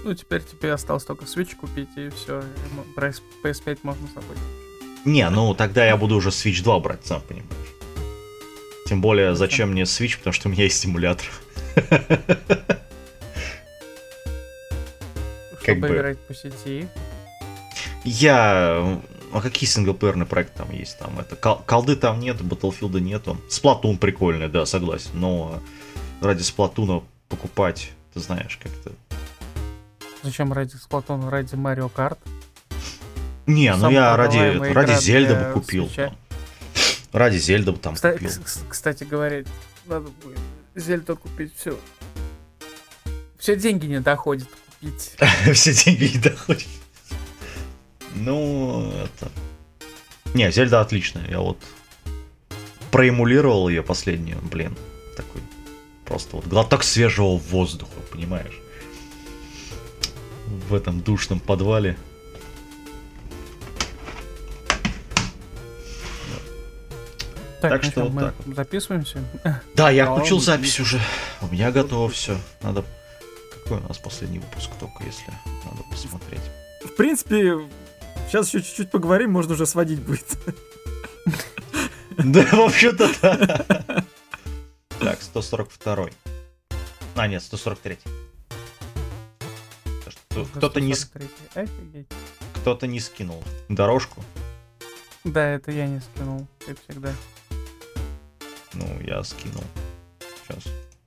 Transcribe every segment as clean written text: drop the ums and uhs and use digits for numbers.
Ну, теперь тебе осталось только Switch купить, и все. Про PS5 можно забыть. Не, ну тогда я буду уже Switch 2 брать, сам понимаешь. Тем более, зачем мне Switch, потому что у меня есть стимулятор. Чтобы играть по сети. А какие синглплеерные проекты там есть? Там это колды там нет, Battlefield нету. Splatoon прикольный, да, согласен. Но ради Splatoon покупать, ты знаешь, как-то. Зачем ради Splatoon? Ради Mario Kart? Не, ну я ради Зельды бы купил. Ради Зельды бы там купил. Кстати говоря, надо будет Зельду купить, все. Все деньги не доходят купить. Все деньги не доходят. Ну, это... Не, Зельда отличная. Я вот проэмулировал ее последнюю, блин. Такой просто вот глоток свежего воздуха, понимаешь? В этом душном подвале. Так что вот так. Записываемся? Да, я включил запись уже. У меня готово все. Надо... Какой у нас последний выпуск только, если надо посмотреть. В принципе, сейчас еще чуть-чуть поговорим, можно уже сводить будет. Да, вообще-то да. Так, 142. А, нет, 143. Кто-то не скинул дорожку. Да, это я не скинул, как всегда. Ну, я скинул. Сейчас.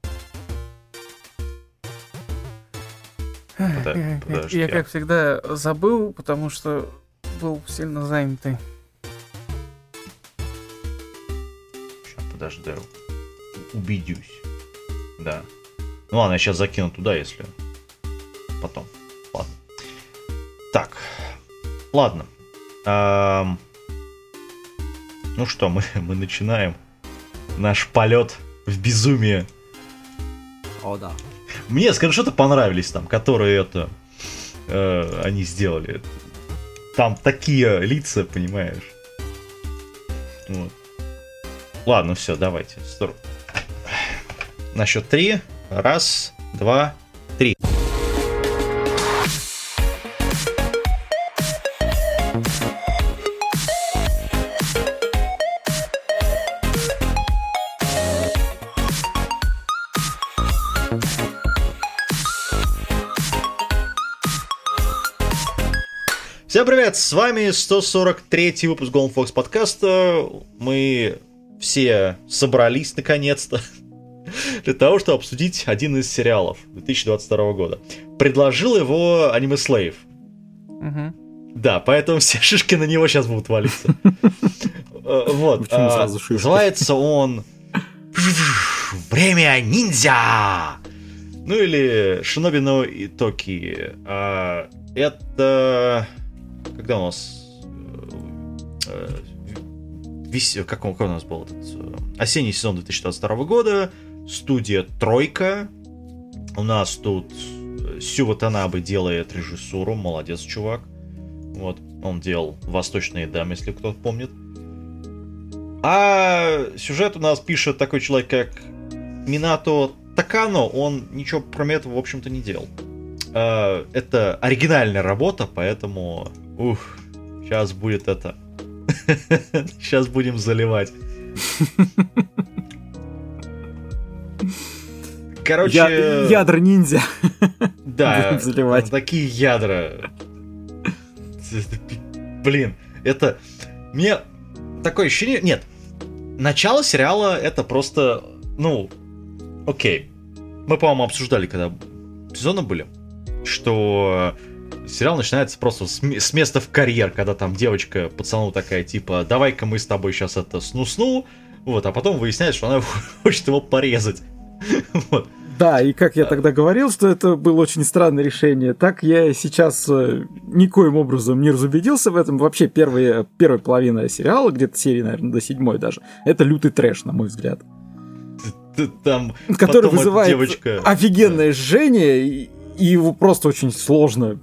Подожди. Я, как всегда, забыл, потому что был сильно занятый. Сейчас, подожди. Убедюсь. Да. Ну ладно, я сейчас закину туда, если... Потом. Ладно. Так. Ладно. Ну что, мы начинаем наш полет в безумие. О, да. Мне скриншоты понравились там, которые они сделали. Там такие лица, понимаешь. Вот. Ладно, все, давайте. На счет 3. 1, 2, 3. Всем привет, с вами 143 выпуск Golden Fox подкаста. Мы все собрались наконец-то для того, чтобы обсудить один из сериалов 2022 года. Предложил его Anime Slave. Да, поэтому все шишки на него сейчас будут валиться. Вот. Называется он «Время ниндзя». Ну или «Шиноби но Итоки». Это... Когда у нас... Какой у нас был этот... Осенний сезон 2022 года. Студия «Тройка». У нас тут Сю Ватанабе делает режиссуру. Молодец, чувак. Вот. Он делал «Восточные дамы», если кто-то помнит. А сюжет у нас пишет такой человек, как Минато Такано. Он ничего кроме этого, в общем-то, не делал. Это оригинальная работа, поэтому... сейчас будет это... Сейчас будем заливать. Короче... Ядра ниндзя. Да, заливать. Такие ядра. Блин, это... Мне такое ощущение... Нет, начало сериала это просто... Ну, окей. Мы, по-моему, обсуждали, когда сезоны были, что сериал начинается просто с места в карьер, когда там девочка пацану такая, типа, давай-ка мы с тобой сейчас это сну-сну, вот, а потом выясняется, что она хочет его порезать. Вот. Да, и как я тогда говорил, что это было очень странное решение, так я сейчас никоим образом не разубедился в этом. Вообще первая половина сериала, где-то серии, наверное, до 7 даже, это лютый трэш, на мой взгляд. Там который вызывает офигенное жжение, и его просто очень сложно.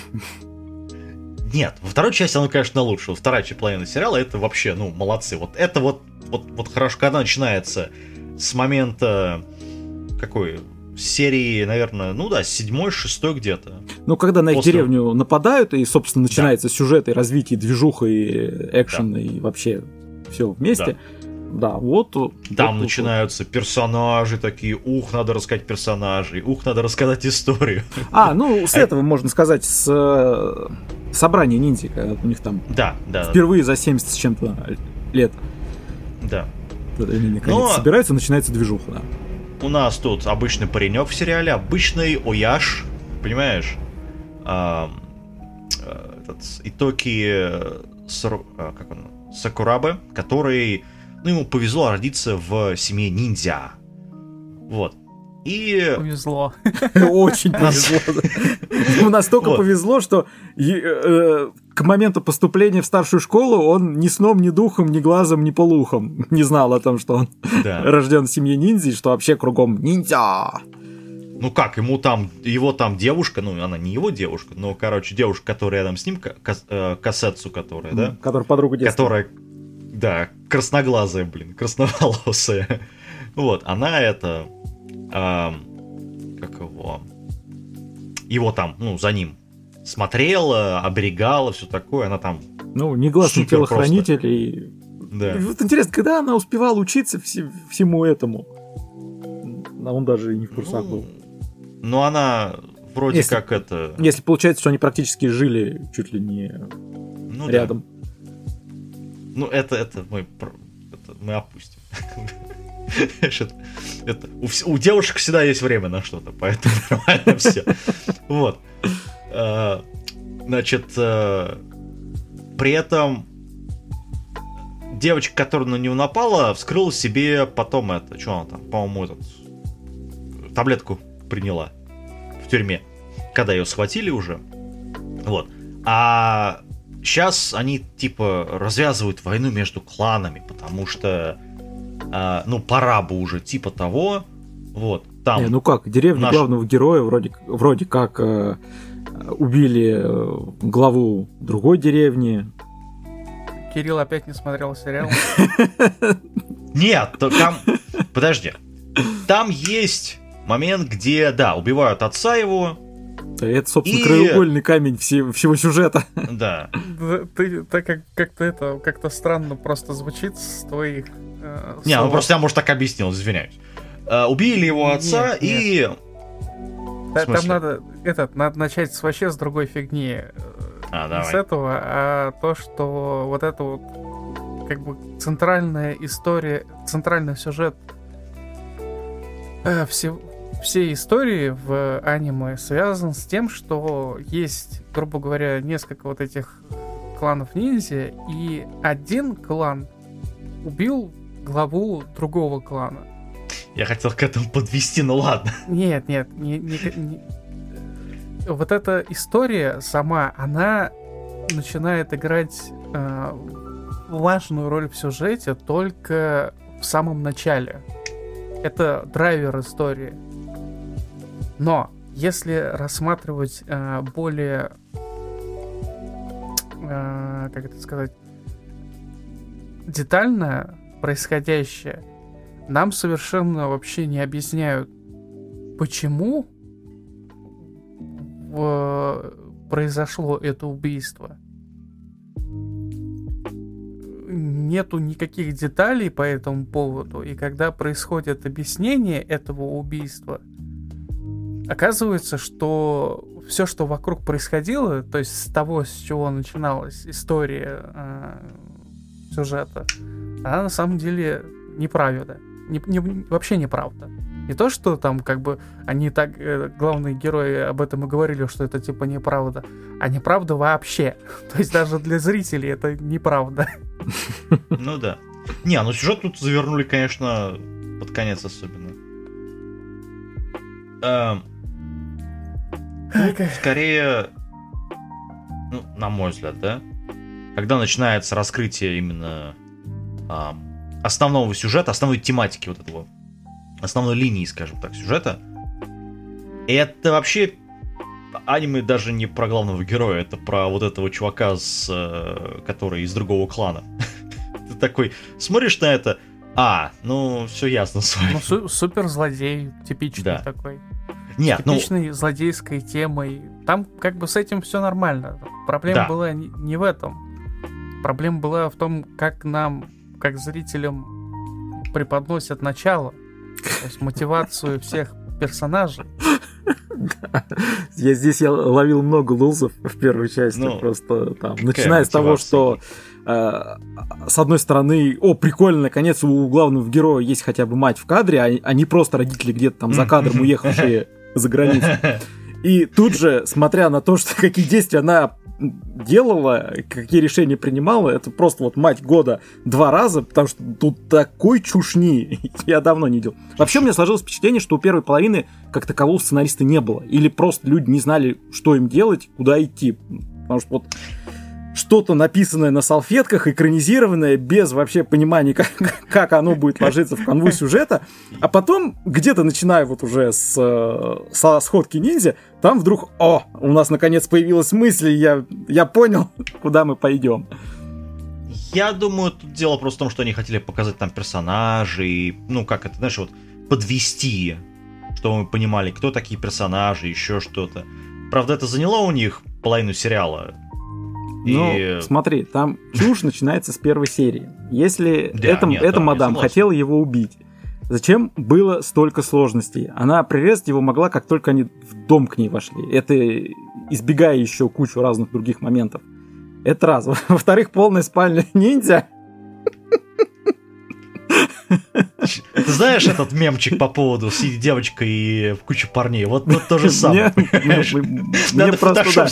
Нет, во второй части оно, конечно, лучше. Вторая половина сериала, это вообще, ну, молодцы. Вот это вот хорошо, когда начинается с момента какой серии, наверное, ну да, 7-6 где-то. Ну, когда на их деревню нападают, и, собственно, начинается сюжет и развитие, движуха и экшен, и вообще все вместе. Да, вот. Там начинаются персонажи такие, надо рассказать персонажей, надо рассказать историю. Ну, с этого, можно сказать, с собрания ниндзя, когда у них там впервые за 70 с чем-то лет. Да. Они наконец собираются, начинается движуха, да. У нас тут обычный паренек в сериале, обычный Ояш, понимаешь? Итоки Сакурабе, который, ему повезло родиться в семье ниндзя. Вот. И... Повезло. Очень повезло. Ему настолько повезло, что к моменту поступления в старшую школу он ни сном, ни духом, ни глазом, ни полухом не знал о том, что он рожден в семье ниндзя, и что вообще кругом ниндзя. Ну как, его там девушка, она не его девушка, но, короче, девушка, которая рядом с ним, Касетсу, которая, да? Которая подруга детства. Которая, да, красноглазая, красноволосая. Вот, она как его там, за ним смотрела, оберегала, все такое, она там... негласный телохранитель, просто. И вот интересно, когда она успевала учиться всему этому? Он даже и не в курсах был. Она вроде как Если получается, что они практически жили чуть ли не рядом. Да. Это мы опустим. У девушек всегда есть время на что-то, поэтому нормально все. Вот. Значит, при этом девочка, которая на него напала, вскрыла себе потом что она там, по-моему, таблетку приняла в тюрьме, когда ее схватили уже. Вот. А сейчас они типа развязывают войну между кланами, потому что пора бы уже типа того. Вот. Там деревня главного героя вроде как убили главу другой деревни. Кирилл опять не смотрел сериал. Нет, там... Подожди. Там есть момент, где, убивают отца его. Это, собственно, краеугольный камень всего сюжета. Да. Как-то странно просто звучит с твоих слов. Просто я, может, так объяснил, извиняюсь. Убили его отца и... Там надо начать вообще с другой фигни. С этого, а то, что вот это вот как бы центральная история, центральный сюжет всей истории в аниме связан с тем, что есть, грубо говоря, несколько вот этих кланов ниндзя, и один клан убил главу другого клана. Я хотел к этому подвести, но ладно. Нет. Вот эта история сама, она начинает играть важную роль в сюжете только в самом начале. Это драйвер истории. Но если рассматривать более, как это сказать, детально происходящее, нам совершенно вообще не объясняют, почему произошло это убийство. Нету никаких деталей по этому поводу, и когда происходит объяснение этого убийства, оказывается, что все, что вокруг происходило, то есть с того, с чего начиналась история сюжета, она на самом деле неправда. Вообще неправда. Не то, что там как бы они так, главные герои об этом и говорили, что это типа неправда, а неправда вообще. То есть даже для зрителей это неправда. Ну да. Сюжет тут завернули, конечно, под конец особенно. Скорее, на мой взгляд, да, когда начинается раскрытие именно основного сюжета, основной тематики вот этого, основной линии, скажем так, сюжета, это вообще аниме даже не про главного героя, это про вот этого чувака, который из другого клана. Ты такой смотришь на это, Ну, все ясно с вами. Ну, суперзлодей, типичный Да. такой. Нет, Типичной злодейской темой. Там как бы с этим все нормально. Проблема Да. была не в этом. Проблема была в том, как нам, как зрителям, преподносят начало. То есть мотивацию всех персонажей. Я ловил много лузов в первой части, Ну, просто там, какая начиная с того, что с одной стороны, прикольно, наконец у главного героя есть хотя бы мать в кадре, а не просто родители где-то там за кадром уехавшие за границу. И тут же, смотря на то, что какие действия она делала, какие решения принимала, это просто вот мать года 2 раза, потому что тут такой чушни я давно не видел. Вообще у меня сложилось впечатление, что у первой половины как такового сценариста не было. Или просто люди не знали, что им делать, куда идти. Потому что вот что-то написанное на салфетках, экранизированное, без вообще понимания, как оно будет ложиться в канву сюжета. А потом, где-то начиная вот уже со сходки ниндзя, там вдруг, у нас наконец появилась мысль, я понял, куда мы пойдем. Я думаю, тут дело просто в том, что они хотели показать там персонажей, ну, как это, знаешь, вот подвести, чтобы мы понимали, кто такие персонажи, еще что-то. Правда, это заняло у них половину сериала. Ну, смотри, там чушь начинается с первой серии. Если Да, эта мадам хотела его убить, зачем было столько сложностей? Она прирезать его могла, как только они в дом к ней вошли. Это избегая еще кучу разных других моментов. Это раз. Во-вторых, полная спальня ниндзя. Ты знаешь этот мемчик по поводу сидит девочка и куча парней? Вот то же самое. Мне просто,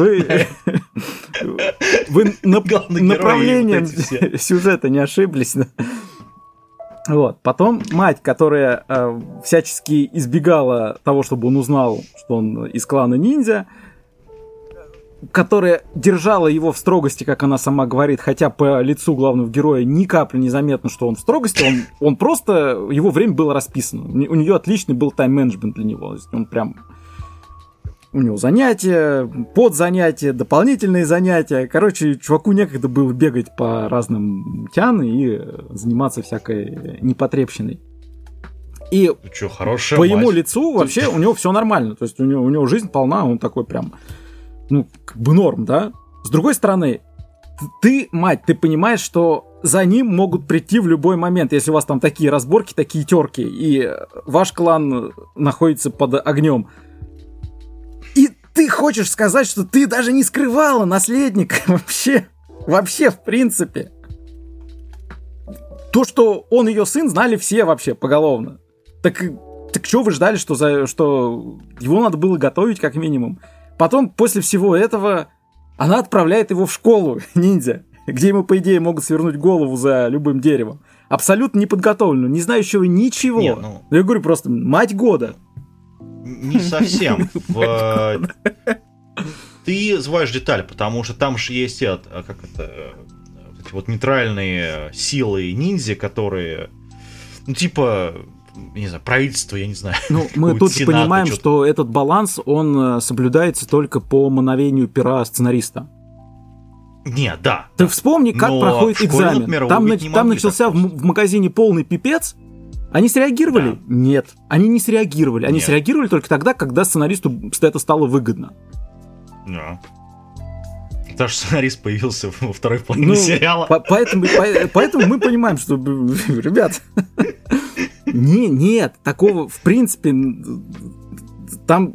вы направлением сюжета не ошиблись. Вот. Потом мать, которая всячески избегала того, чтобы он узнал, что он из клана ниндзя, которая держала его в строгости, как она сама говорит, хотя по лицу главного героя ни капли не заметно, что он в строгости, он просто, его время было расписано. У нее отличный был тайм-менеджмент для него. Он прям... У него занятия, подзанятия, дополнительные занятия. Короче, чуваку некогда было бегать по разным тян и заниматься всякой непотребщиной. И по ему лицу вообще у него все нормально. То есть у него жизнь полна, он такой прям... как бы норм, да? С другой стороны, ты, мать, ты понимаешь, что за ним могут прийти в любой момент, если у вас там такие разборки, такие терки, и ваш клан находится под огнем. И ты хочешь сказать, что ты даже не скрывала наследника вообще в принципе. То, что он ее сын, знали все вообще поголовно. Так что вы ждали, что его надо было готовить как минимум? Потом, после всего этого, она отправляет его в школу ниндзя, где ему, по идее, могут свернуть голову за любым деревом. Абсолютно неподготовленную, не знающего ничего. Я говорю просто, мать года. Не совсем. Ты забываешь деталь, потому что там же есть эти вот нейтральные силы ниндзя, которые, не знаю, правительство, я не знаю. Мы тут понимаем, что этот баланс, он соблюдается только по мановению пера сценариста. Нет, да. Ты вспомни, как проходит экзамен. Например, там начался в магазине полный пипец. Они среагировали? Да. Нет. Они не среагировали. Они среагировали только тогда, когда сценаристу это стало выгодно. Да. Потому что сценарист появился во второй половине сериала. Поэтому мы понимаем, что, ребят... Нет, такого, в принципе, там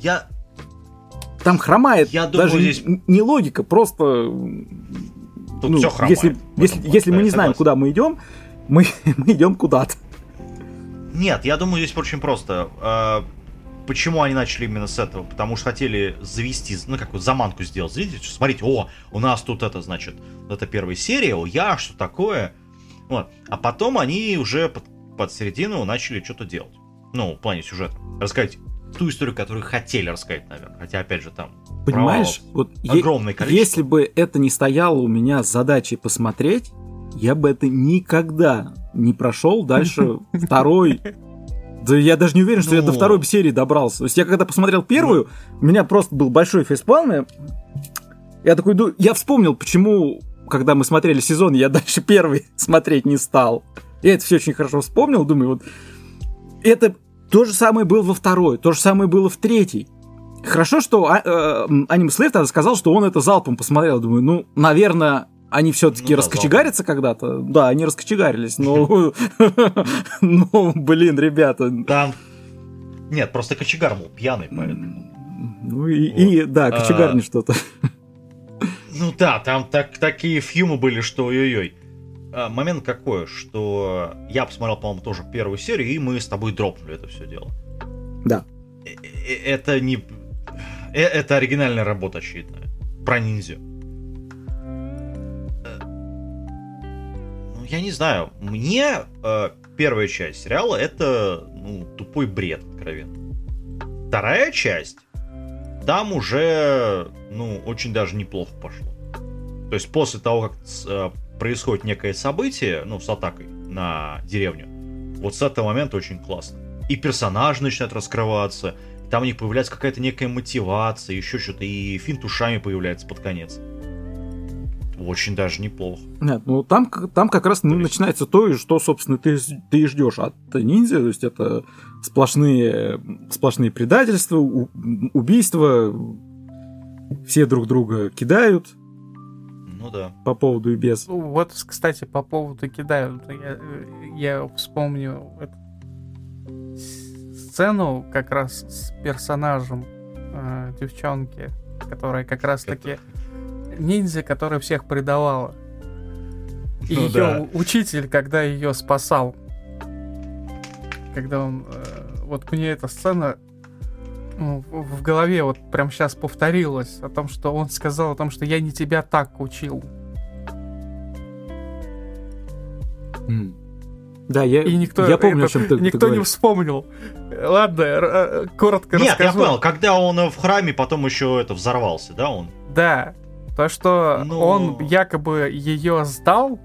хромает. Я думаю, даже здесь... не логика, просто... Тут все хромает. Если мы не знаем, куда мы идем, мы идем куда-то. Нет, я думаю, здесь очень просто. Почему они начали именно с этого? Потому что хотели завести, заманку сделать. Видите, смотрите, у нас тут это первая серия, что такое? Вот. А потом они уже под середину начали что-то делать. В плане сюжета. Рассказать ту историю, которую хотели рассказать, наверное. Хотя, опять же, там... Понимаешь, огромное количество. Если бы это не стояло у меня задачей посмотреть, я бы это никогда не прошел дальше второй... Да я даже не уверен, что я до второй серии добрался. То есть я когда посмотрел первую, у меня просто был большой фейспалм. Я такой, я вспомнил, почему, когда мы смотрели сезон, я дальше первый смотреть не стал. Я это все очень хорошо вспомнил, думаю, вот это то же самое было во второй, то же самое было в третьей. Хорошо, что Anime Slave тогда сказал, что он это залпом посмотрел. Думаю, ну, наверное, они все-таки раскочегарятся когда-то. Да, они раскочегарились, но... Ну, блин, ребята... Там... Нет, просто кочегар был пьяный, поэтому... Ну и да, кочегарни что-то. Ну да, там такие фьюмы были, что ой-ой-ой. Момент какой, что я посмотрел, по-моему, тоже первую серию, и мы с тобой дропнули это все дело. Да. Это не... Это оригинальная работа, очевидно. Про ниндзю. Ну, я не знаю. Мне первая часть сериала это тупой бред, откровенно. Вторая часть, там уже, очень даже неплохо пошло. То есть после того, как происходит некое событие, с атакой на деревню, вот с этого момента очень классно. И персонажи начинают раскрываться, там у них появляется какая-то некая мотивация, еще что-то, и финт ушами появляется под конец. Очень даже неплохо. Нет, там как раз начинается то, что, собственно, ты и ждешь от ниндзя, то есть это сплошные предательства, убийства, все друг друга кидают. Ну да. По поводу и без. Вот, кстати, по поводу кидают, я вспомню эту сцену как раз с персонажем девчонки, которая как раз таки ниндзя, которая всех предавала. И ее учитель, когда ее спасал, когда он... вот мне эта сцена в голове вот прям сейчас повторилась, о том, что он сказал о том, что я не тебя так учил. Да, я помню, о чем ты никто не вспомнил. Ладно, коротко расскажу. Нет, я понял, когда он в храме потом еще взорвался, да, он? Да, то, что он якобы ее сдал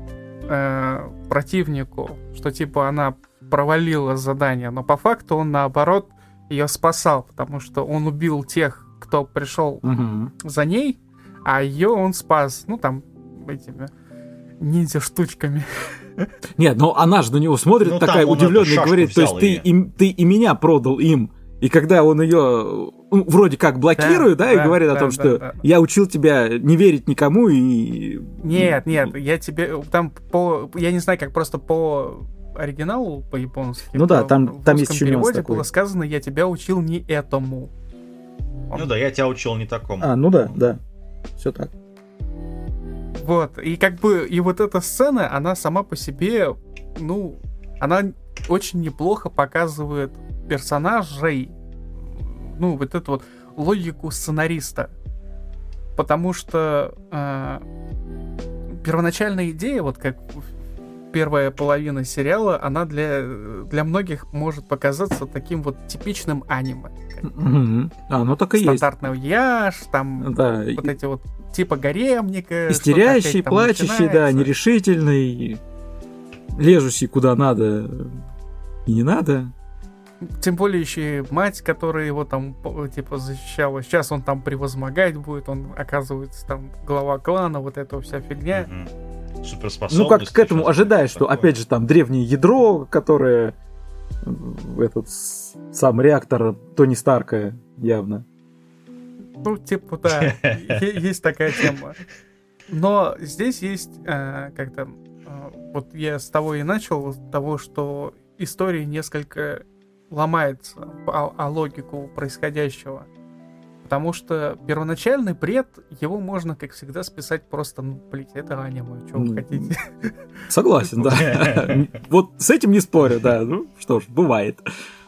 противнику, что типа она провалила задание, но по факту он наоборот ее спасал, потому что он убил тех, кто пришел за ней, а ее он спас, этими ниндзя-штучками. Нет, но она же на него смотрит такая удивленная и говорит, то есть ты и меня продал им. И когда он ее вроде как блокирует, и говорит о том, что я учил тебя не верить никому и... Нет, я тебе... Там я не знаю, как просто по оригиналу, по-японски. Ну да, там есть еще переводе было сказано, я тебя учил не этому. Ну да, я тебя учил не такому. Ну да. Все так. Вот, и и вот эта сцена, она сама по себе, она очень неплохо показывает персонажей, вот эту вот логику сценариста. Потому что первоначальная идея, вот как первая половина сериала, она для многих может показаться таким вот типичным аниме. Так и есть. Стандартный яж, там вот эти вот типа гаремника. Истерящий, плачущий, нерешительный, лезущий куда надо и не надо. Тем более еще и мать, которая его там типа защищала. Сейчас он там превозмогать будет, он оказывается там глава клана, вот эта вся фигня. Суперспособность. Как к этому ожидаешь, что опять же там древнее ядро, которое этот сам реактор Тони Старка явно. Типа, да, есть такая тема. Но здесь есть вот я с того и начал, с того, что история несколько ломается о логику происходящего. Потому что первоначальный бред, его можно, как всегда, списать просто, это аниме, что вы хотите. Согласен, да. Вот с этим не спорю, да. Что ж, бывает.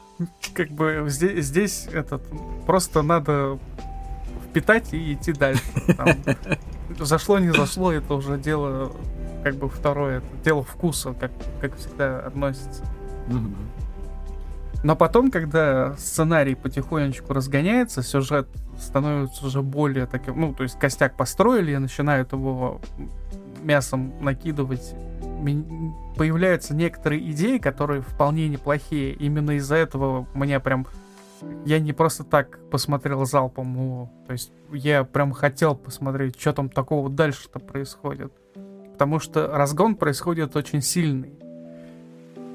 Здесь просто надо впитать и идти дальше. Зашло, не зашло, это уже дело второе, это дело вкуса, как всегда относится. Но потом, когда сценарий потихонечку разгоняется, сюжет становится уже более таким, то есть костяк построили, начинают его мясом накидывать, появляются некоторые идеи, которые вполне неплохие. Именно из-за этого я не просто так посмотрел залпом, то есть я прям хотел посмотреть, что там такого дальше-то происходит. Потому что разгон происходит очень сильный.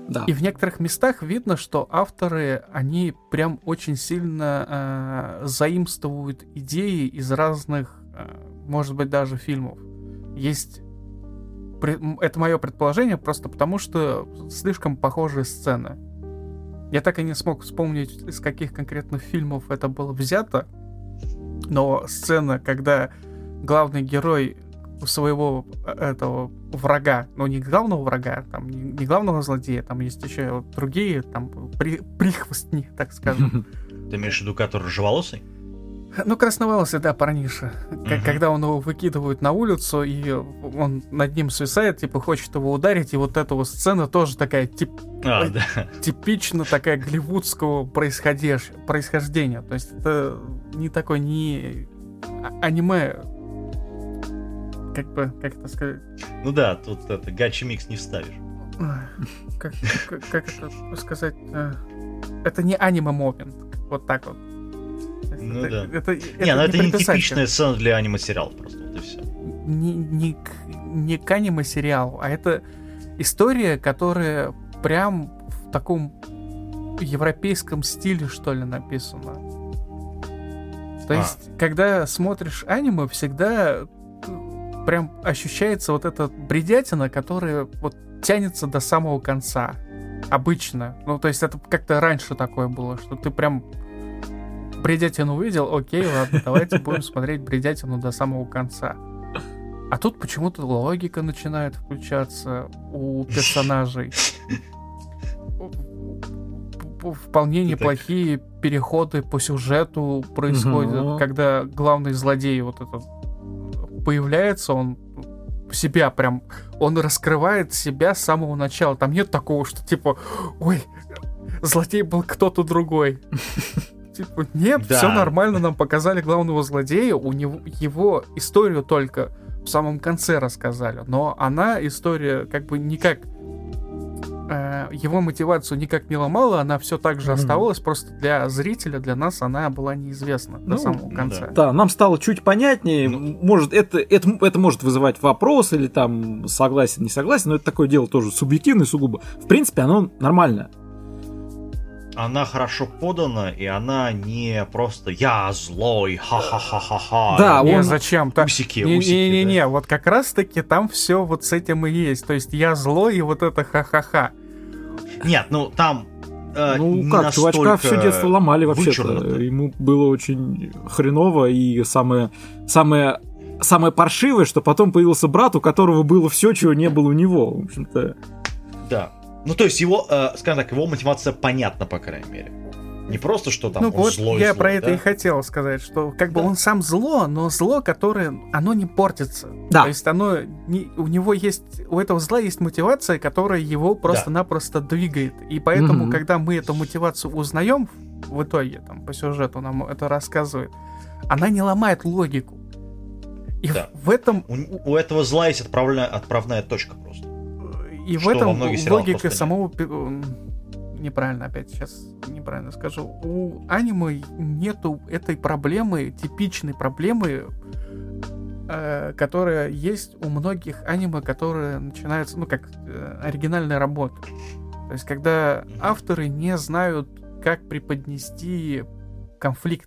Да. И в некоторых местах видно, что авторы, они прям очень сильно заимствуют идеи из разных, может быть, даже фильмов. Есть... Это мое предположение, просто потому что слишком похожие сцены. Я так и не смог вспомнить, из каких конкретных фильмов это было взято, но сцена, когда главный герой своего этого врага, ну не главного врага, там не главного злодея, там есть еще другие, там прихвостни, так скажем. Ты имеешь в виду, который рыжеволосый? Ну, красноволосый, да, парниша. Когда он его выкидывают на улицу, и он над ним свисает, типа, хочет его ударить, и вот эта вот сцена тоже такая типично такая голливудского происхождения. То есть это не такой, не аниме, как это сказать? Ну да, тут это гачи-микс не вставишь. Как это сказать? Это не аниме-момент, вот так вот. Ну да. Это не типичная сцена для аниме-сериала просто, вот и все. Не к аниме-сериалу, а это история, которая прям в таком европейском стиле, что ли, написана. То есть, когда смотришь аниме, всегда прям ощущается вот эта бредятина, которая вот тянется до самого конца. Обычно. Ну, то есть, это как-то раньше такое было, что ты прям бредятину увидел, окей, ладно, давайте будем смотреть бредятину до самого конца. А тут почему-то логика начинает включаться у персонажей. Вполне неплохие переходы по сюжету происходят, когда главный злодей вот этот появляется, он себя прям, он раскрывает себя с самого начала. Там нет такого, что типа, ой, злодей был кто-то другой. Типа, нет, все нормально, нам показали главного злодея, у него его историю только в самом конце рассказали, но история как бы никак, его мотивацию никак не ломала, она все так же оставалась, просто для зрителя, для нас она была неизвестна до самого конца. Да, нам стало чуть понятнее, может, это может вызывать вопрос или там согласен, не согласен, но это такое дело тоже субъективное сугубо. В принципе, оно нормальное. Она хорошо подана, и она не просто «я злой, ха-ха-ха-ха-ха». Да, зачем? Усики, Не-не-не, да? вот как раз-таки там все вот с этим и есть. То есть я злой, и вот это ха-ха-ха. Нет, ну там чувачка все детство ломали вообще-то. Ему было очень хреново, и самое паршивое, что потом появился брат, у которого было все, чего не было у него. В общем-то. Да. Ну, то есть его, скажем так, его мотивация понятна, по крайней мере. Не просто, что там он вот злой. Я про это и хотел сказать, что как бы он сам зло, но зло, которое, оно не портится. Да. То есть у этого зла есть мотивация, которая его просто-напросто двигает. И поэтому, когда мы эту мотивацию узнаем, в итоге, там, по сюжету нам это рассказывает, она не ломает логику. И в этом... У этого зла есть отправная точка просто. И в этом логика самого... Неправильно, опять сейчас неправильно скажу. У аниме нету этой проблемы, типичной проблемы, которая есть у многих аниме, которые начинаются, как оригинальная работа. То есть, когда авторы не знают, как преподнести конфликт.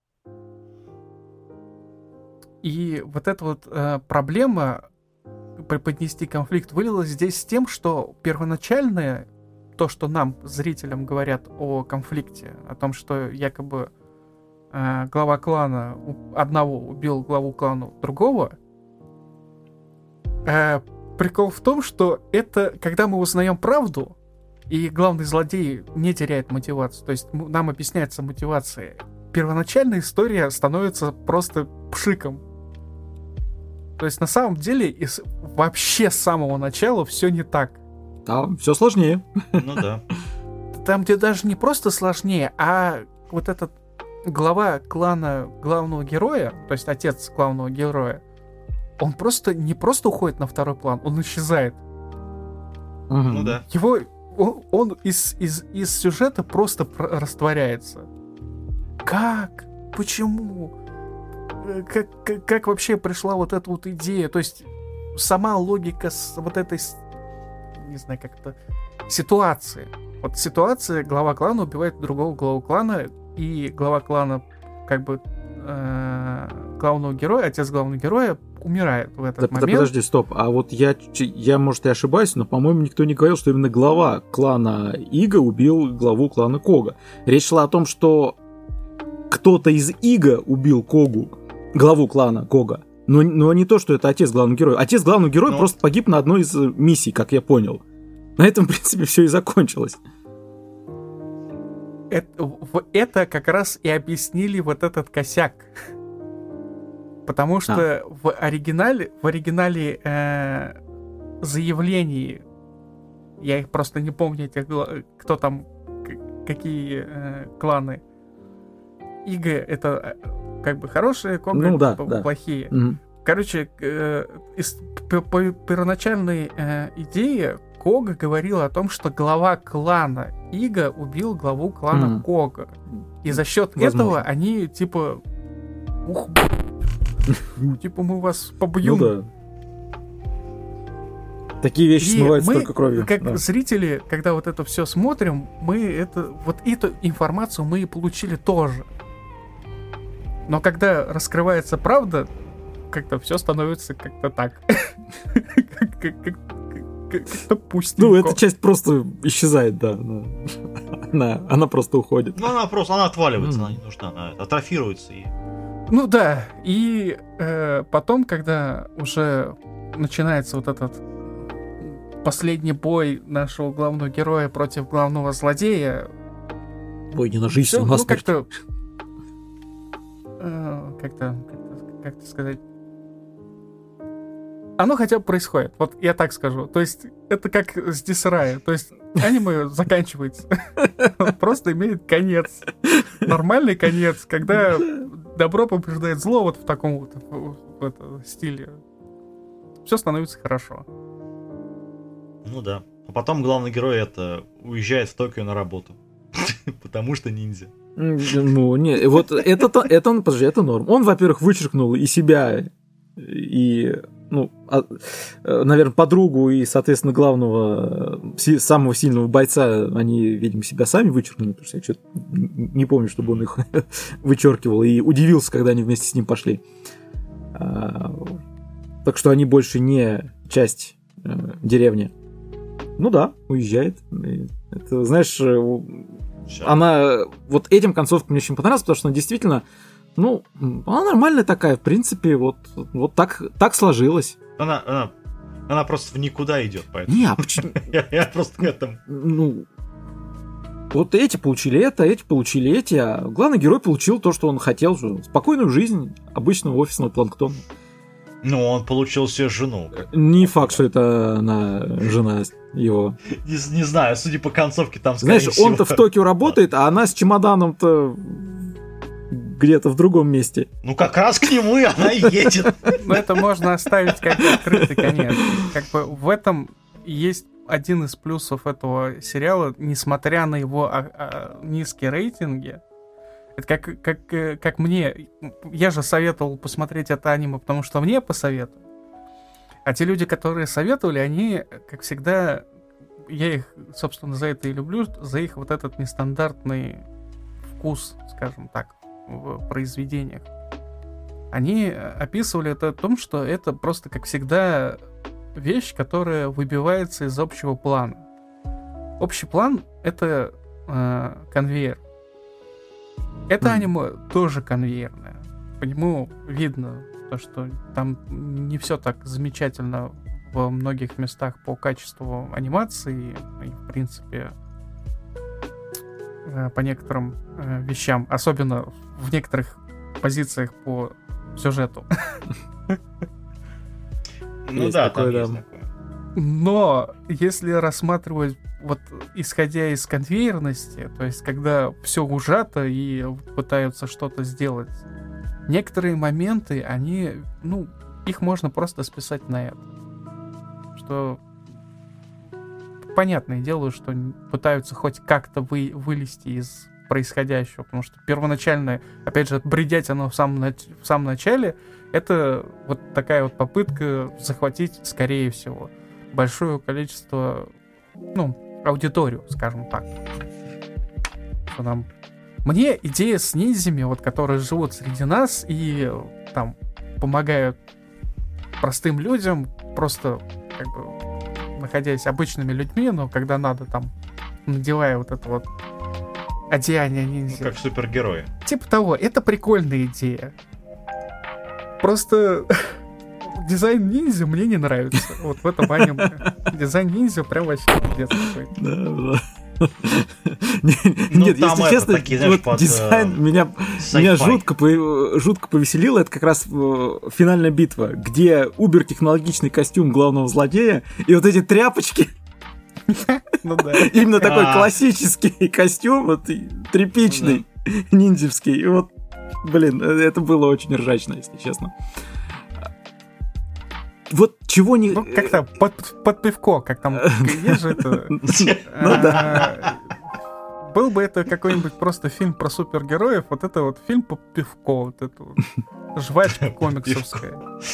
И вот эта вот проблема преподнести конфликт вылилась здесь с тем, что первоначальное, то, что нам, зрителям, говорят о конфликте, о том, что якобы глава клана одного убил главу клана другого, прикол в том, что это, когда мы узнаем правду, и главный злодей не теряет мотивацию, то есть нам объясняется мотивация, первоначальная история становится просто пшиком. То есть на самом деле вообще с самого начала все не так. Там все сложнее. Ну да. Там, где даже не просто сложнее, а вот этот глава клана главного героя, то есть отец главного героя, он просто не просто уходит на второй план, он исчезает. Ну да. Он из сюжета просто растворяется. Как? Почему? Как вообще пришла вот эта вот идея? То есть сама логика с вот этой... Не знаю, как это ситуации. Вот ситуация, глава клана убивает другого главу клана, и глава клана, как бы, главного героя, отец главного героя, умирает в этот момент. Подожди, стоп. А вот я, может, и ошибаюсь, но, по-моему, никто не говорил, что именно глава клана Ига убил главу клана Кога. Речь шла о том, что кто-то из Ига убил Когу, главу клана Кога. Но не то, что это отец главного героя. Отец главного героя просто погиб на одной из миссий, как я понял. На этом, в принципе, все и закончилось. Это как раз и объяснили вот этот косяк. Потому что в оригинале заявлений, я их просто не помню, кто там, какие кланы. Ига — это как бы хорошие, Кога плохие. Угу. Короче, по первоначальной идее Кога говорил о том, что глава клана Ига убил главу клана Кога. И за счет этого они, типа, типа, мы вас побьем. Ну да. Такие вещи смываются только кровью. Как зрители, когда вот это все смотрим, вот эту информацию мы и получили тоже. Но когда раскрывается правда, как-то все становится как-то так. Как-то пустенько. Ну, эта часть просто исчезает, да. Она просто уходит. Ну, она отваливается, она не нужна, она атрофируется. Ну да, и потом, когда уже начинается вот этот последний бой нашего главного героя против главного злодея. Бой не на жизнь, а на смерть. Как-то сказать. Оно хотя бы происходит, вот я так скажу. То есть это как с Дисрая. То есть аниме заканчивается. Он просто имеет конец. Нормальный конец, когда добро побеждает зло вот в таком вот стиле. Все становится хорошо. Ну да. А потом главный герой уезжает в Токио на работу. Потому что ниндзя. Ну, не, вот это норм. Он, во-первых, вычеркнул и себя, и, наверное, подругу, и, соответственно, главного, самого сильного бойца, они, видимо, себя сами вычеркнули, потому что я что-то не помню, чтобы он их вычеркивал, и удивился, когда они вместе с ним пошли. Так что они больше не часть деревни. Ну да, уезжает. Это, знаешь, она вот этим концовкой мне очень понравилась, потому что она действительно, она нормальная такая, в принципе, вот так сложилось. Она просто в никуда идет, поэтому. Не, а почему? Я просто к этому. Вот эти получили это, эти получили эти, а главный герой получил то, что он хотел же. Спокойную жизнь обычного офисного планктона. Ну, он получил себе жену. Не факт, что это она жена его. Не знаю, судя по концовке, там скорее всего... Знаешь, он-то в Токио работает, а она с чемоданом-то где-то в другом месте. Ну, как раз к нему и она и едет. Ну, это можно оставить как открытый конец. Как бы в этом есть один из плюсов этого сериала, несмотря на его низкие рейтинги. Это как мне... Я же советовал посмотреть это аниме, потому что мне посоветовали. А те люди, которые советовали, они, как всегда... Я их, собственно, за это и люблю, за их вот этот нестандартный вкус, скажем так, в произведениях. Они описывали это о том, что это просто, как всегда, вещь, которая выбивается из общего плана. Общий план — это конвейер. Это аниме тоже конвейерное. По нему видно то, что там не все так замечательно во многих местах по качеству анимации и, в принципе, по некоторым вещам, особенно в некоторых позициях по сюжету. Ну да, там есть такое. Но если рассматривать вот исходя из конвейерности, то есть когда все ужато и пытаются что-то сделать, некоторые моменты, они, их можно просто списать на это. Что понятное дело, что пытаются хоть как-то вылезти из происходящего, потому что первоначально, опять же, бредять оно в самом начале, это вот такая вот попытка захватить, скорее всего, большое количество, аудиторию, скажем так. Что нам... Мне идея с ниндзями, вот, которые живут среди нас и там помогают простым людям, просто как бы находясь обычными людьми, но когда надо, там, надевая вот это вот одеяние ниндзя. Ну, как супергерои. Типа того, это прикольная идея. Просто дизайн ниндзя мне не нравится. Вот в этом аниме. Дизайн ниндзя прям вообще пиздец какой-то. Да. Нет, если честно, дизайн меня жутко повеселил. Это как раз финальная битва, где убер-технологичный костюм главного злодея и вот эти тряпочки. Именно такой классический костюм, вот тряпичный, ниндзевский. И вот, блин, это было очень ржачно, если честно. Вот чего не... Ну, как-то под пивко, как там, есть же это... Ну да. Был бы это какой-нибудь просто фильм про супергероев, вот это вот фильм по пивко, вот это вот жвачка комиксовская.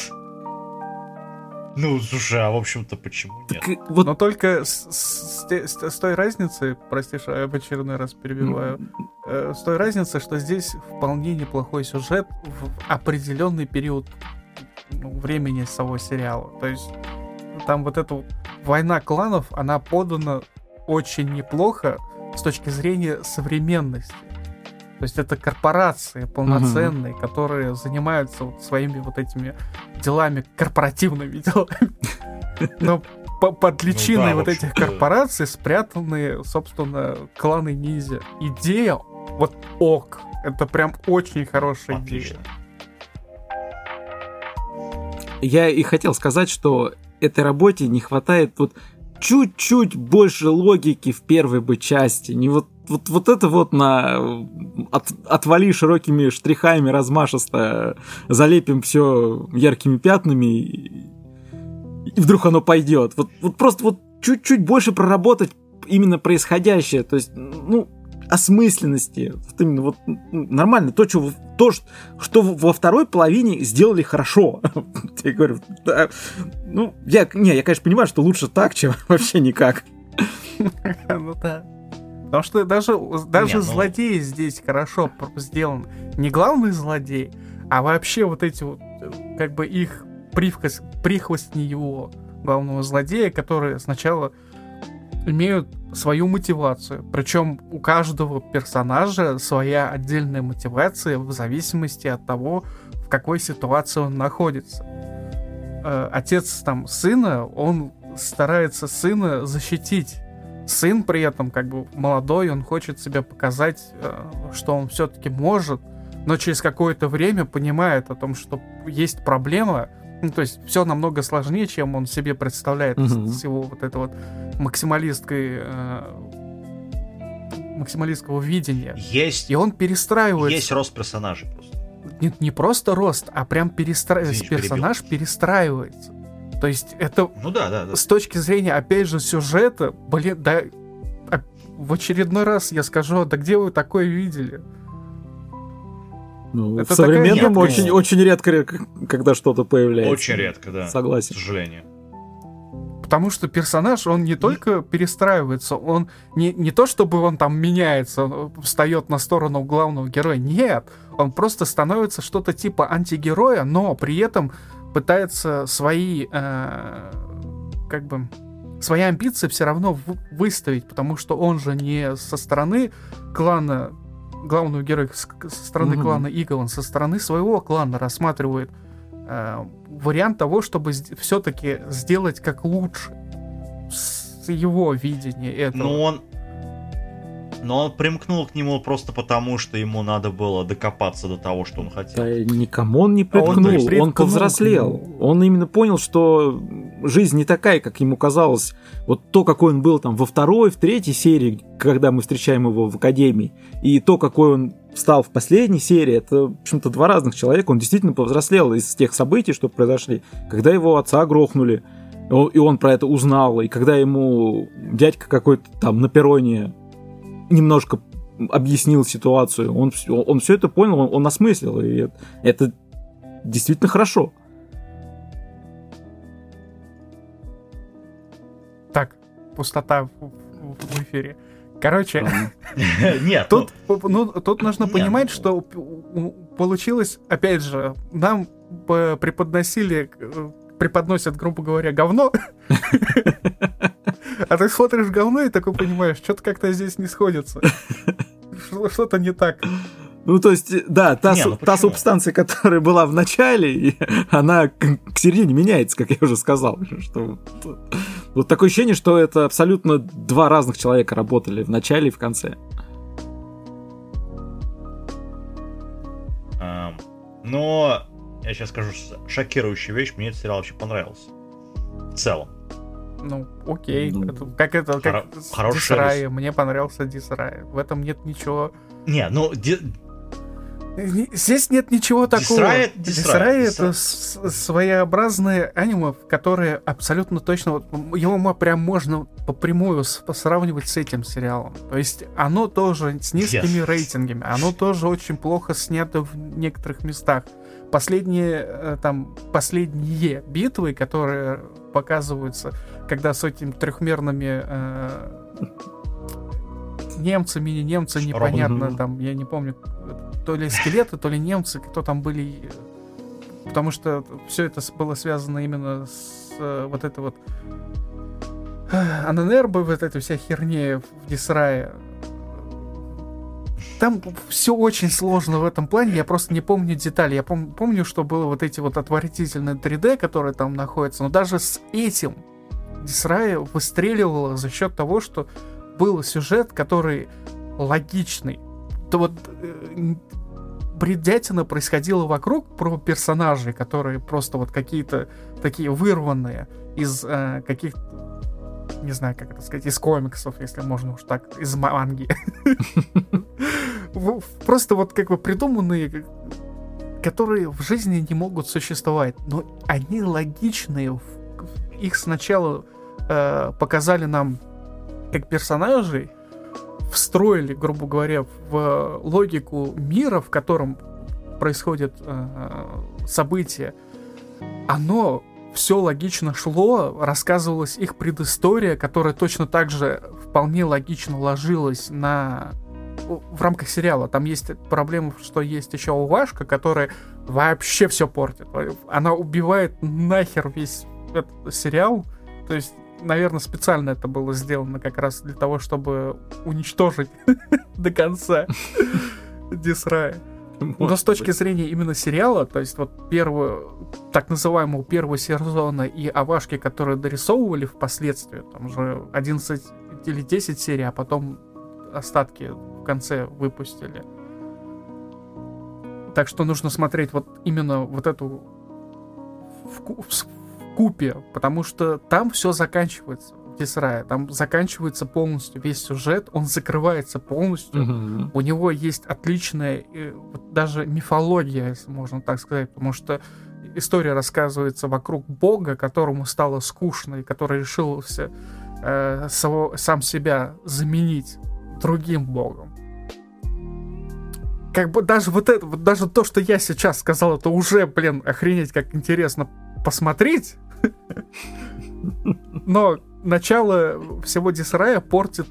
Ну, слушай, а в общем-то почему нет? Но только с той разницей, прости, что я в очередной раз перебиваю, с той разницей, что здесь вполне неплохой сюжет в определенный период времени самого сериала. То есть там вот эта вот война кланов, она подана очень неплохо с точки зрения современности. То есть это корпорации полноценные, которые занимаются вот своими вот этими делами, корпоративными делами. Но под личиной вот этих корпораций спрятаны, собственно, кланы ниндзя. Идея вот ок. Это прям очень хорошая идея. Я и хотел сказать, что этой работе не хватает вот чуть-чуть больше логики в первой бы части. Не вот это вот на отвали широкими штрихами размашисто, залепим все яркими пятнами и вдруг оно пойдет. Вот просто вот чуть-чуть больше проработать именно происходящее. То есть, ну, осмысленности. Вот именно вот нормально. То, что во второй половине сделали хорошо. Я говорю, да, ну, я, конечно, понимаю, что лучше так, чем вообще никак. Ну да. Потому что даже злодей здесь хорошо сделан. Не главный злодей, а вообще вот эти вот, как бы их прихвостни его главного злодея, которые сначала имеют свою мотивацию. Причем у каждого персонажа своя отдельная мотивация в зависимости от того, в какой ситуации он находится. Отец там сына, он старается сына защитить. Сын при этом как бы молодой, он хочет себя показать, что он все-таки может, но через какое-то время понимает о том, что есть проблема. Ну, то есть все намного сложнее, чем он себе представляет с его вот это вот максималистского видения. Есть. И он перестраивается. Есть рост персонажей просто. Не просто рост, а прям персонаж перестраивается. То есть это с точки зрения, опять же, сюжета, блин, да, в очередной раз я скажу, да где вы такое видели? Ну, это в современном очень редко, когда что-то появляется. Очень редко, да. Согласен. К сожалению. Потому что персонаж, он не только перестраивается, он не то, чтобы он там меняется, встает на сторону главного героя. Нет, он просто становится что-то типа антигероя, но при этом пытается свои свои амбиции все равно выставить, потому что он же не со стороны клана главного героя, со стороны клана Иго, он со стороны своего клана рассматривает вариант того, чтобы все-таки сделать как лучше с его видения этого. Но он примкнул к нему просто потому, что ему надо было докопаться до того, что он хотел. Да, никому он не примкнул, он повзрослел. Он именно понял, что жизнь не такая, как ему казалось. Вот то, какой он был там во второй, в третьей серии, когда мы встречаем его в Академии, и то, какой он стал в последней серии, это, в общем-то, два разных человека. Он действительно повзрослел из тех событий, что произошли, когда его отца грохнули, и он про это узнал, и когда ему дядька какой-то там на перроне немножко объяснил ситуацию, он все это понял, он осмыслил, и это действительно хорошо. Так, пустота в эфире. Короче, Нет, тут нужно понимать, что получилось, опять же, нам преподносят, грубо говоря, говно, а ты смотришь говно и такой понимаешь, что-то как-то здесь не сходится. Что-то не так. Ну, то есть, да, та субстанция, которая была в начале, она к середине меняется, как я уже сказал. Что вот такое ощущение, что это абсолютно два разных человека работали в начале и в конце. Но я сейчас скажу шокирующую вещь, мне этот сериал вообще понравился. В целом. Ну, окей. Как Дисрай. Мне понравился Дисрай. В этом нет ничего... Не, ну... Здесь нет ничего такого. Дисрай это своеобразное аниме, которое абсолютно точно... Его прям можно попрямую сравнивать с этим сериалом. То есть оно тоже с низкими рейтингами. Оно тоже очень плохо снято в некоторых местах. Последние битвы, которые показываются, когда с этими трехмерными немцами, не немцы, непонятно, там, я не помню, то ли скелеты, то ли немцы, кто там были, потому что все это было связано именно с вот этой вот Аненербой, вот этой вся херне в Дисрае. Там все очень сложно в этом плане, я просто не помню детали. Я помню, что было вот эти вот отвратительные 3D, которые там находятся, но даже с этим Дисрай выстреливала за счет того, что был сюжет, который логичный. То вот бредятина происходила вокруг про персонажей, которые просто вот какие-то такие вырванные из каких-то, не знаю, как это сказать, из комиксов, если можно уж так, из манги. Просто вот как бы придуманные, которые в жизни не могут существовать, но они логичные. Их сначала показали нам как персонажей, встроили, грубо говоря, в логику мира, в котором происходят события. Оно все логично шло, рассказывалась их предыстория, которая точно так же вполне логично ложилась в рамках сериала. Там есть проблема, что есть еще Увашка, которая вообще все портит. Она убивает нахер весь этот сериал. То есть, наверное, специально это было сделано как раз для того, чтобы уничтожить до конца Дисрая. Но с точки зрения именно сериала, то есть вот так называемого первого сезона и овашки, которые дорисовывали впоследствии, там уже 11 или 10 серий, а потом остатки в конце выпустили. Так что нужно смотреть вот именно вот эту в купе, потому что там все заканчивается в Дисрае, там заканчивается полностью весь сюжет, он закрывается полностью. У него есть отличная даже мифология, если можно так сказать, потому что история рассказывается вокруг бога, которому стало скучно и который решился сам себя заменить другим богом. Как бы даже вот это, вот даже то, что я сейчас сказал, это уже, охренеть, как интересно посмотреть. Но начало всего Дисрая портит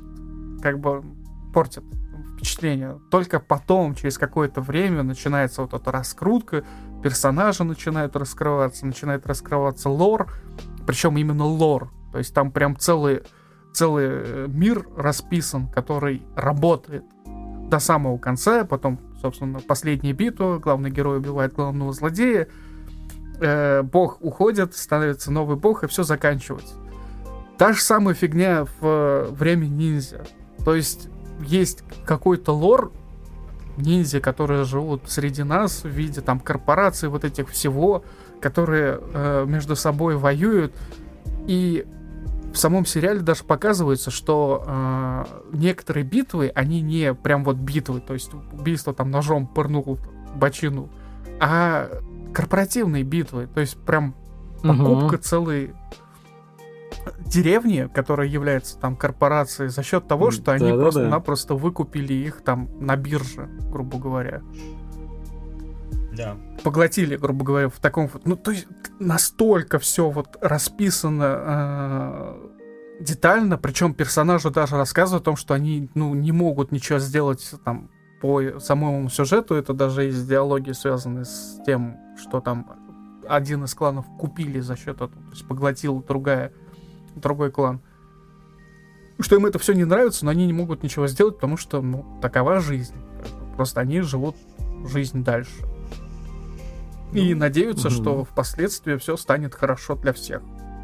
впечатление. Только потом, через какое-то время, начинается вот эта раскрутка, персонажи начинают раскрываться лор, причем именно лор. То есть там прям целый мир расписан, который работает до самого конца. Потом, собственно, последняя битва, главный герой убивает главного злодея, бог уходит, становится новый бог, и все заканчивается. Та же самая фигня в время ниндзя. То есть какой-то лор ниндзя, которые живут среди нас в виде там корпораций, вот этих всего, которые между собой воюют. И в самом сериале даже показывается, что некоторые битвы, они не прям вот битвы, то есть убийство там ножом пырнул бочину, а корпоративные битвы, то есть прям покупка целой деревни, которая является там корпорацией, за счет того, что они просто-напросто выкупили их там на бирже, грубо говоря. Да. Поглотили, грубо говоря, в таком вот... Ну, то есть настолько все вот расписано детально, причем персонажи даже рассказывают о том, что они, не могут ничего сделать там по самому сюжету. Это даже есть диалоги, связанные с тем, что там один из кланов купили за счет этого, то есть поглотил другой клан. Что им это все не нравится, но они не могут ничего сделать, потому что, такова жизнь. Просто они живут жизнь дальше. И надеются, что впоследствии все станет хорошо для всех.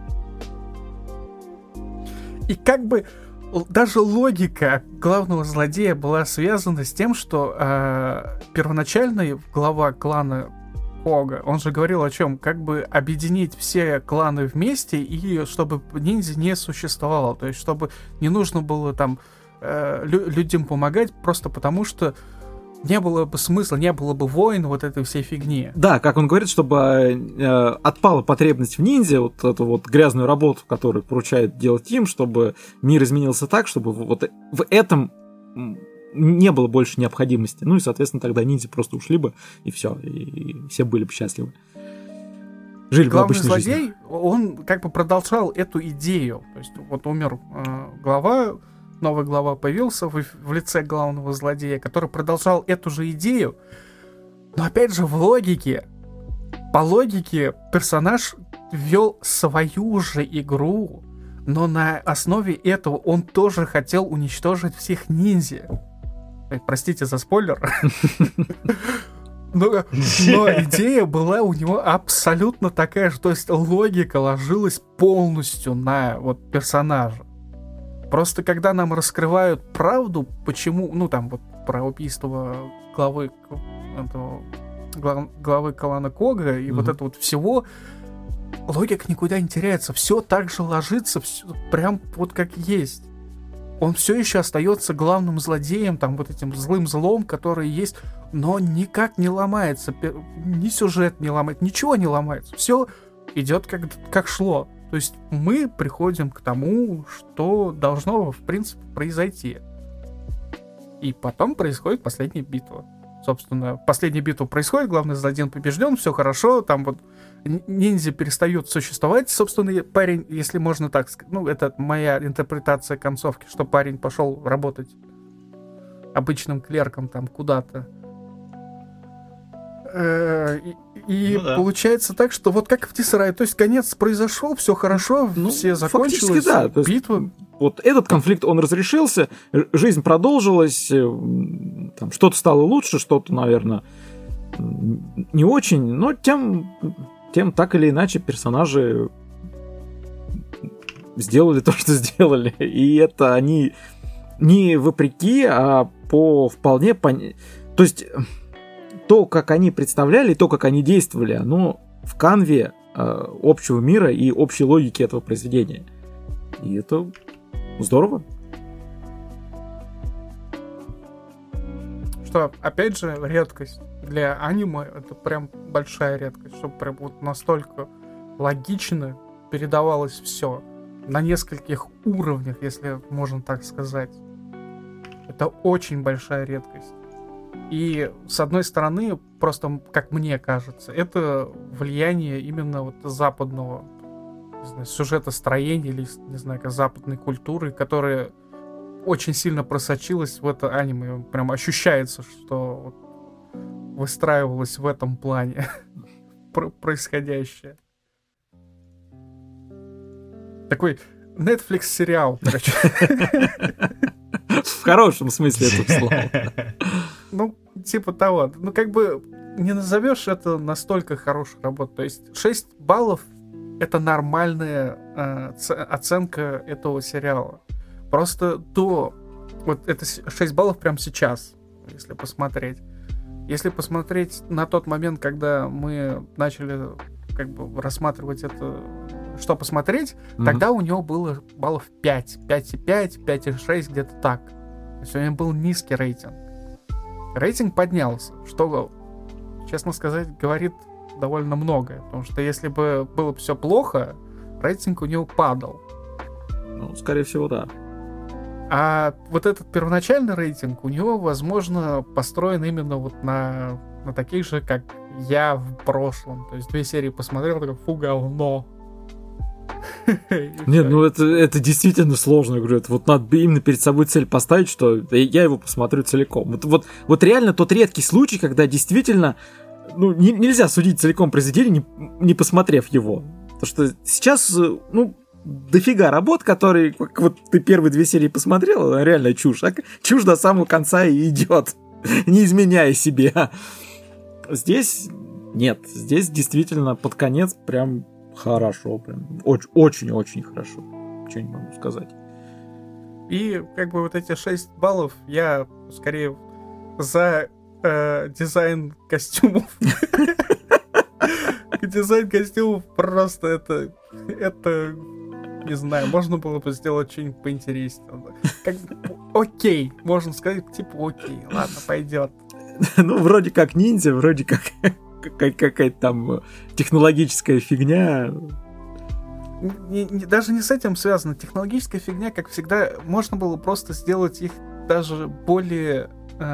И как бы даже логика главного злодея была связана с тем, что первоначальный глава клана Кога, он же говорил о чем? Как бы объединить все кланы вместе, и чтобы ниндзя не существовало. То есть, чтобы не нужно было там людям помогать, просто потому что не было бы смысла, не было бы войн, вот этой всей фигни. Да, как он говорит, чтобы отпала потребность в ниндзя, вот эту вот грязную работу, которую поручает делать им, чтобы мир изменился так, чтобы вот в этом не было больше необходимости. Ну и, соответственно, тогда ниндзя просто ушли бы, и все, и все были бы счастливы. Жили бы обычной жизнью. Главный злодей, он как бы продолжал эту идею. То есть вот умер глава, новый глава появился в лице главного злодея, который продолжал эту же идею. Но опять же, по логике персонаж вел свою же игру, но на основе этого он тоже хотел уничтожить всех ниндзя. Простите за спойлер. Но идея была у него абсолютно такая же. То есть логика ложилась полностью на вот персонажа. Просто когда нам раскрывают правду, почему, про убийство главы клана Кога и вот это вот всего, логика никуда не теряется. Все так же ложится, прям вот как есть. Он все еще остается главным злодеем, там вот этим злым злом, который есть, но никак не ломается. Ни сюжет не ломается, ничего не ломается. Все идет как шло. То есть мы приходим к тому, что должно, в принципе, произойти. И потом происходит последняя битва. Собственно, последняя битва происходит, главный злодей побежден, все хорошо, там вот ниндзя перестают существовать. Собственно, парень, если можно так сказать, это моя интерпретация концовки, что парень пошел работать обычным клерком там куда-то. Получается так, что вот как в Тисарае, то есть конец произошел, все хорошо, все закончилось, да, битва. Вот этот конфликт, он разрешился, жизнь продолжилась, там, что-то стало лучше, что-то, наверное, не очень, но тем так или иначе персонажи сделали то, что сделали. И это они не вопреки, а по вполне То есть то, как они представляли, то, как они действовали, оно в канве общего мира и общей логики этого произведения. И это здорово. Что, опять же, редкость. Для аниме это прям большая редкость, чтобы прям вот настолько логично передавалось все на нескольких уровнях, если можно так сказать. Это очень большая редкость. И, с одной стороны, просто, как мне кажется, это влияние именно вот западного, не знаю, сюжетостроения или, не знаю, как западной культуры, которая очень сильно просочилась в это аниме. Прям ощущается, что вот выстраивалось в этом плане происходящее. Такой Netflix-сериал, короче. В хорошем смысле этого слова. Типа того. Как бы не назовешь это настолько хорошей работой. То есть 6 баллов — это нормальная оценка этого сериала. Просто вот это 6 баллов прямо сейчас, если посмотреть. Если посмотреть на тот момент, когда мы начали как бы рассматривать это, что посмотреть, тогда у него было баллов 5, 5,5, 5,6, где-то так. То есть у него был низкий рейтинг. Рейтинг поднялся, что, честно сказать, говорит довольно многое. Потому что если бы было все плохо, рейтинг у него падал. Скорее всего, да. А вот этот первоначальный рейтинг у него, возможно, построен именно вот на таких же, как я в прошлом. То есть 2 серии посмотрел, такой, фу, говно. Нет, ну это действительно сложно, я говорю, это вот надо именно перед собой цель поставить, что я его посмотрю целиком. Вот реально тот редкий случай, когда действительно, ну, нельзя судить целиком произведение, не посмотрев его. Потому что сейчас, ну, дофига работ, которые, вот ты первые 2 серии посмотрел, реально чушь, а чушь до самого конца и идет, не изменяя себе. Здесь нет, здесь действительно под конец прям хорошо, прям очень-очень хорошо, ничего не могу сказать. И как бы вот эти 6 баллов я скорее за дизайн костюмов. Дизайн костюмов просто это, не знаю, можно было бы сделать что-нибудь поинтереснее. Как, окей, можно сказать, типа окей, ладно, пойдет. Ну, вроде как ниндзя, вроде как какая-то там технологическая фигня. Даже не с этим связано. Технологическая фигня, как всегда, можно было просто сделать их даже более,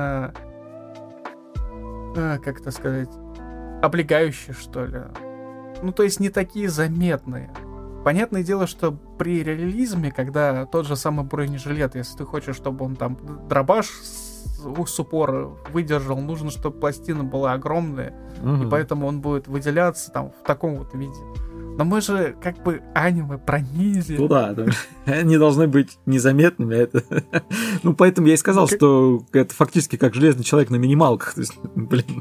как это сказать, облегающие, что ли. Ну, то есть не такие заметные. Понятное дело, что при реализме, когда тот же самый бронежилет, если ты хочешь, чтобы он там дробаш с упора выдержал, нужно, чтобы пластина была огромная, и поэтому он будет выделяться там в таком вот виде. Но мы же как бы аниме про ниндзя. Ну да, они должны быть незаметными. Это... Ну, поэтому я и сказал, что это фактически как Железный человек на минималках. То есть, блин.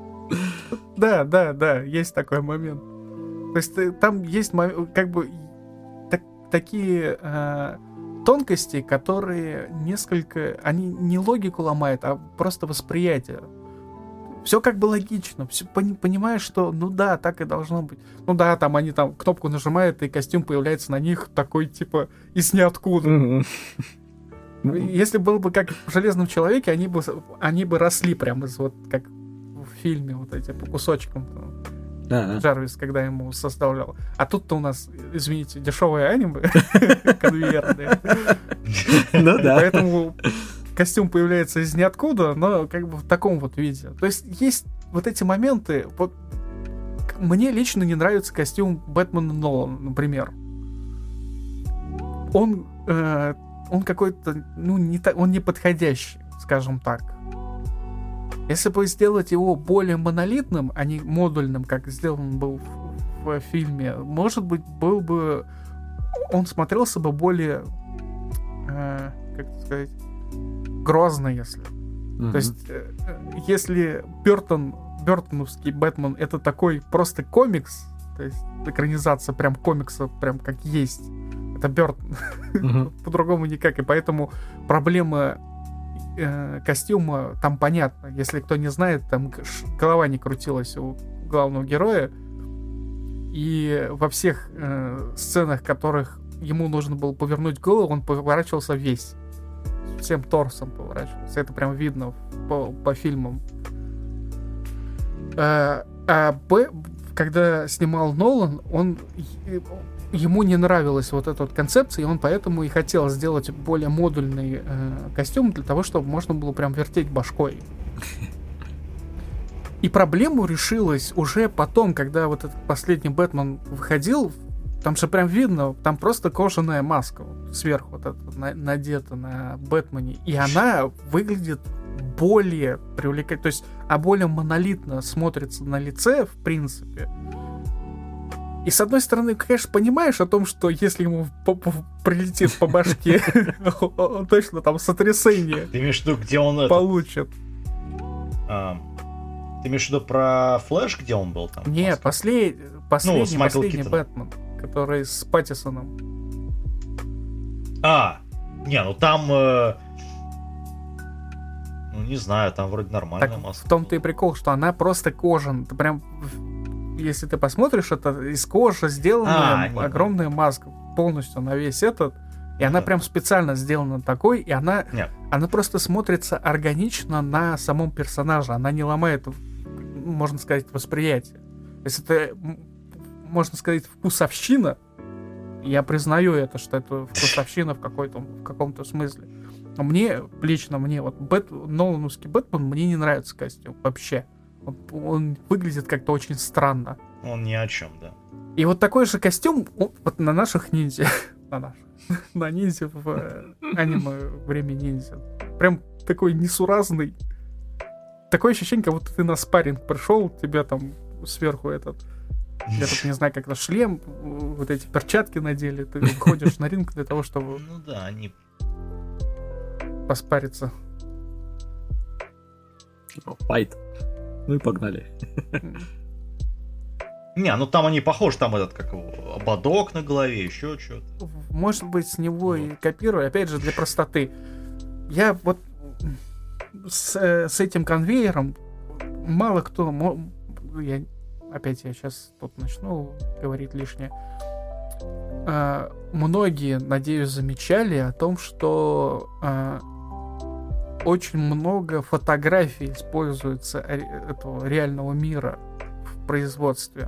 Да, есть такой момент. То есть там есть как бы такие тонкости, которые несколько... Они не логику ломают, а просто восприятие. Все как бы логично. Все понимаешь, что ну да, так и должно быть. Ну да, там они там кнопку нажимают, и костюм появляется на них такой, типа, из ниоткуда. Если был бы как в Железном человеке, они бы росли прямо из вот как в фильме, вот эти по кусочкам. Джарвис, когда ему составлял. А тут-то у нас, извините, дешевые аниме конвейерные. Ну да. Поэтому костюм появляется из ниоткуда, но как бы в таком вот виде. То есть есть вот эти моменты. Вот мне лично не нравится костюм Бэтмена Нолана, например. Он какой-то, ну, он не подходящий, скажем так. Если бы сделать его более монолитным, а не модульным, как сделан был в фильме, может быть, он смотрелся бы более, как сказать, грозно, если. То есть, если бёртоновский Бэтмен это такой просто комикс, то есть экранизация прям комикса, прям как есть, это Бёртон, по-другому никак, и поэтому проблема костюма там понятно. Если кто не знает, там голова не крутилась у главного героя, и во всех сценах, в которых ему нужно было повернуть голову, он поворачивался весь. Всем торсом поворачивался. Это прям видно по фильмам. Когда снимал Нолан, ему не нравилась вот эта вот концепция, и он поэтому и хотел сделать более модульный костюм для того, чтобы можно было прям вертеть башкой. И проблему решилась уже потом, когда вот этот последний Бэтмен выходил, там же прям видно, там просто кожаная маска сверху вот эта надета на Бэтмене, и она выглядит более привлекательно, то есть, более монолитно смотрится на лице, в принципе. И с одной стороны, конечно, понимаешь о том, что если ему прилетит по башке, он точно там сотрясение. Ты имеешь в виду, где он получит? Ты имеешь в виду про Флэш, где он был там? Нет, последний Бэтмен, который с Паттисоном. Ну там... Ну, не знаю, там вроде нормальная маска. В том-то и прикол, что она просто кожаная. Ты прям... Если ты посмотришь, это из кожи сделанная огромная маска. Полностью на весь этот. И она прям специально сделана такой. И она просто смотрится органично на самом персонаже. Она не ломает, можно сказать, восприятие. Если это, можно сказать, вкусовщина, я признаю это, что это вкусовщина в каком-то смысле. Но лично мне, вот Нолановский Бэтмен, мне не нравится костюм вообще. Он выглядит как-то очень странно. Он ни о чем, да. И вот такой же костюм вот на наших ниндзя. На ниндзя в аниме «Время ниндзя». Прям такой несуразный. Такое ощущение, как будто ты на спарринг пришел, тебя там сверху этот... Я тут не знаю, как это, шлем, вот эти перчатки надели, ты выходишь на ринг для того, чтобы... Ну да, они... Поспариться. Файт. Ну и погнали. Не, ну там они похожи, там этот, как его, ободок на голове, еще что-то. Может быть, с него и копирую, опять же, для простоты. Я вот с этим конвейером мало кто... Опять я сейчас тут начну говорить лишнее. Многие, надеюсь, замечали о том, что очень много фотографий используется этого реального мира в производстве.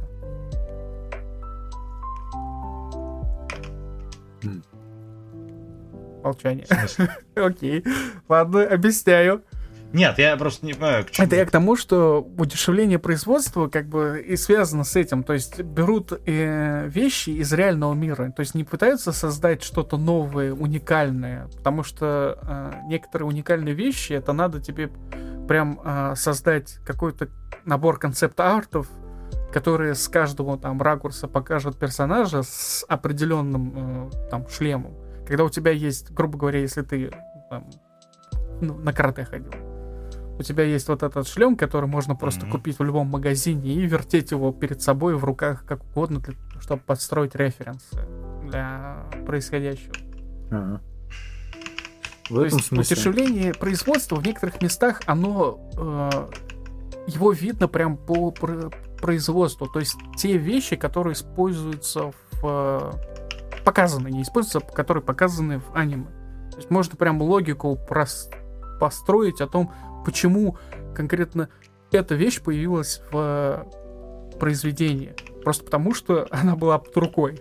Молчание. Окей. Ладно, объясняю. Нет, я просто не понимаю, к чему. Это я к тому, что удешевление производства как бы и связано с этим. То есть берут вещи из реального мира. То есть не пытаются создать что-то новое, уникальное. Потому что некоторые уникальные вещи, это надо тебе прям создать какой-то набор концепт-артов, которые с каждого там ракурса покажут персонажа с определенным там шлемом. Когда у тебя есть, грубо говоря, если ты там, на карате ходил, у тебя есть вот этот шлем, который можно просто купить в любом магазине и вертеть его перед собой в руках как угодно, чтобы подстроить референсы для происходящего. Ага. То есть удешевление производства в некоторых местах, оно его видно прям по производству. То есть те вещи, которые используются показаны, не используются, которые показаны в аниме. То есть можно прям логику построить о том, почему конкретно эта вещь появилась в произведении. Просто потому, что она была под рукой.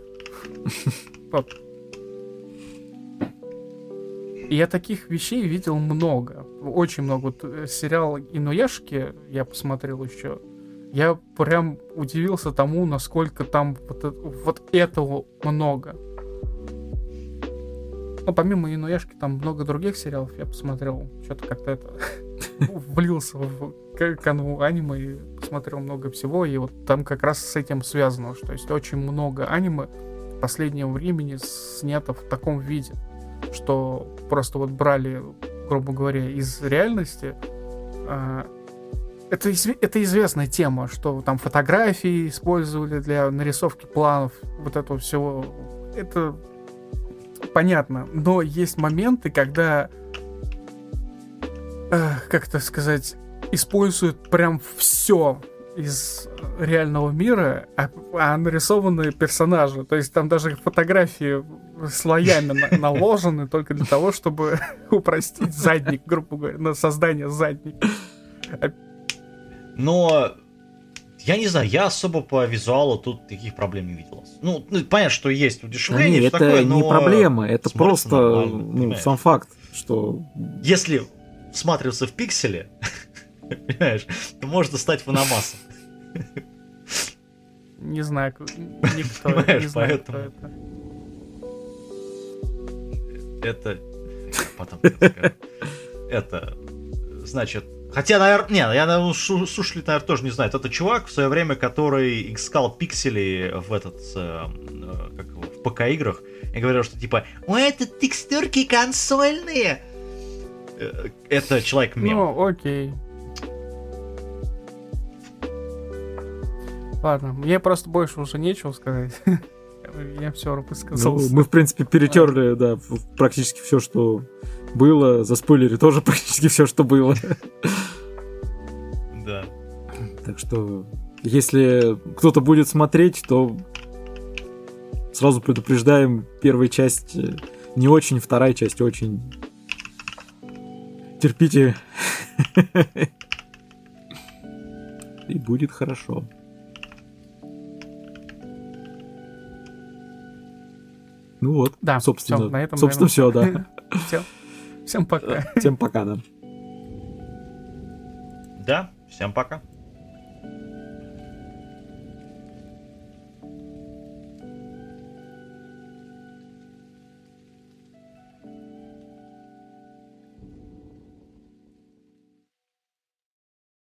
И я таких вещей видел много. Очень много. Вот сериал «Инуяшки» я посмотрел еще. Я прям удивился тому, насколько там вот этого много. Ну, помимо «Инуяшки», там много других сериалов я посмотрел. Что-то как-то это влился в канву аниме и посмотрел много всего. И вот там как раз с этим связано, что есть очень много аниме в последнее время снято в таком виде, что просто вот брали, грубо говоря, из реальности. Это известная тема, что там фотографии использовали для нарисовки планов, вот этого всего. Это понятно, но есть моменты, когда, как это сказать, используют прям все из реального мира, а нарисованные персонажи. То есть там даже фотографии слоями наложены только для того, чтобы упростить задник, грубо говоря, на создание задника. Но я не знаю, я особо по визуалу тут таких проблем не видел. Ну, понятно, что есть удешевление, это такое, не но проблема, это просто понимаешь? сам факт, что... Если всматриваться в пиксели, понимаешь, то можно стать фаномасом. Не знаю, никто не знает, кто это. Это... Потом скажу. Это... Значит... Хотя, наверное, слушатели, наверное, тоже не знают. Это чувак в свое время, который искал пиксели в ПК-играх и говорил, что типа, это текстурки консольные. Это человек-мем. Ну, окей. Ладно, мне просто больше уже нечего сказать. Я все высказался. Мы, в принципе, перетерли, да, практически все, что было. Заспойлерили тоже практически все, что было. Да. Так что, если кто-то будет смотреть, то сразу предупреждаем, первая часть не очень, вторая часть очень. Терпите. И будет хорошо. Ну вот, да, собственно, всё, на этом, собственно, все, да. Все. Всем пока. Всем пока, да. Да, всем пока.